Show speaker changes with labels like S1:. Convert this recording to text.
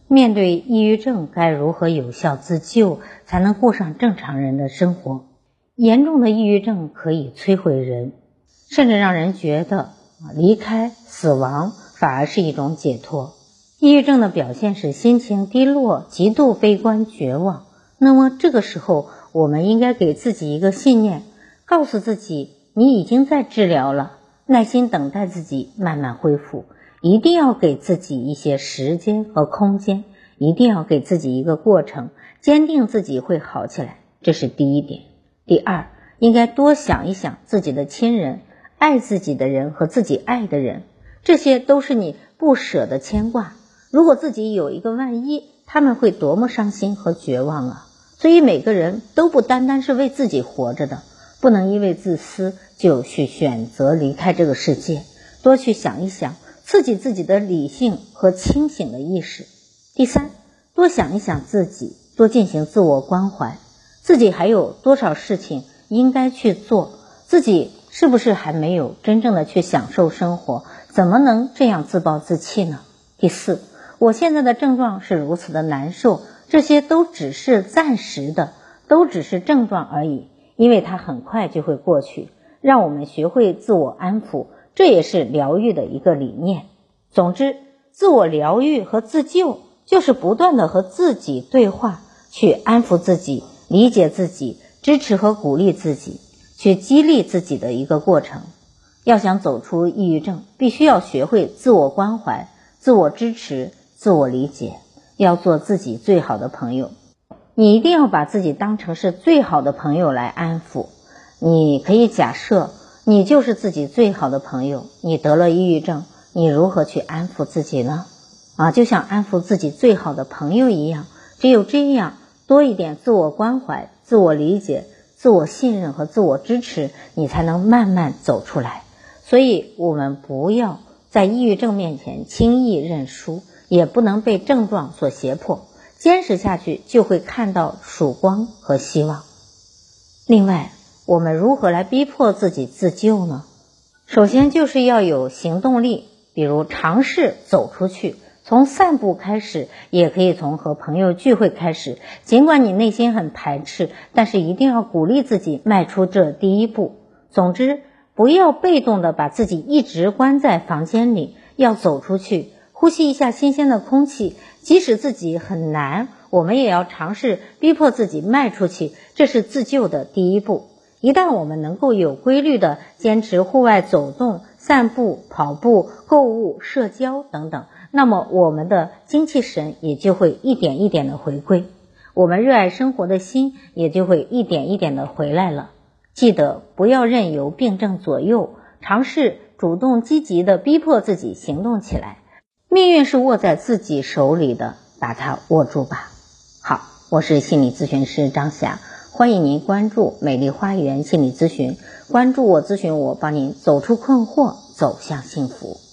S1: 面对抑郁症该如何有效自救，才能过上正常人的生活？严重的抑郁症可以摧毁人，甚至让人觉得离开死亡反而是一种解脱。抑郁症的表现是心情低落、极度悲观、绝望。那么这个时候，我们应该给自己一个信念，告诉自己你已经在治疗了，耐心等待自己慢慢恢复。一定要给自己一些时间和空间，一定要给自己一个过程，坚定自己会好起来，这是第一点。第二，应该多想一想自己的亲人、爱自己的人和自己爱的人，这些都是你不舍的牵挂。如果自己有一个万一，他们会多么伤心和绝望啊！所以每个人都不单单是为自己活着的，不能因为自私就去选择离开这个世界，多去想一想，刺激自己的理性和清醒的意识。第三，多想一想自己，多进行自我关怀，自己还有多少事情应该去做，自己是不是还没有真正的去享受生活，怎么能这样自暴自弃呢？第四，我现在的症状是如此的难受，这些都只是暂时的，都只是症状而已，因为它很快就会过去，让我们学会自我安抚，这也是疗愈的一个理念。总之，自我疗愈和自救就是不断的和自己对话，去安抚自己，理解自己，支持和鼓励自己，去激励自己的一个过程。要想走出抑郁症，必须要学会自我关怀、自我支持、自我理解，要做自己最好的朋友。你一定要把自己当成是最好的朋友来安抚。你可以假设你就是自己最好的朋友，你得了抑郁症，你如何去安抚自己呢？就像安抚自己最好的朋友一样，只有这样，多一点自我关怀、自我理解、自我信任和自我支持，你才能慢慢走出来。所以我们不要在抑郁症面前轻易认输，也不能被症状所胁迫，坚持下去就会看到曙光和希望。另外，我们如何来逼迫自己自救呢？首先就是要有行动力，比如尝试走出去，从散步开始，也可以从和朋友聚会开始。尽管你内心很排斥，但是一定要鼓励自己迈出这第一步。总之，不要被动的把自己一直关在房间里，要走出去，呼吸一下新鲜的空气。即使自己很难，我们也要尝试逼迫自己迈出去，这是自救的第一步。一旦我们能够有规律的坚持户外走动、散步、跑步、购物、社交等等，那么我们的精气神也就会一点一点的回归，我们热爱生活的心也就会一点一点的回来了。记得不要任由病症左右，尝试主动积极的逼迫自己行动起来。命运是握在自己手里的，把它握住吧。好，我是心理咨询师张霞，欢迎您关注美丽花园心理咨询，关注我，咨询我，帮您走出困惑，走向幸福。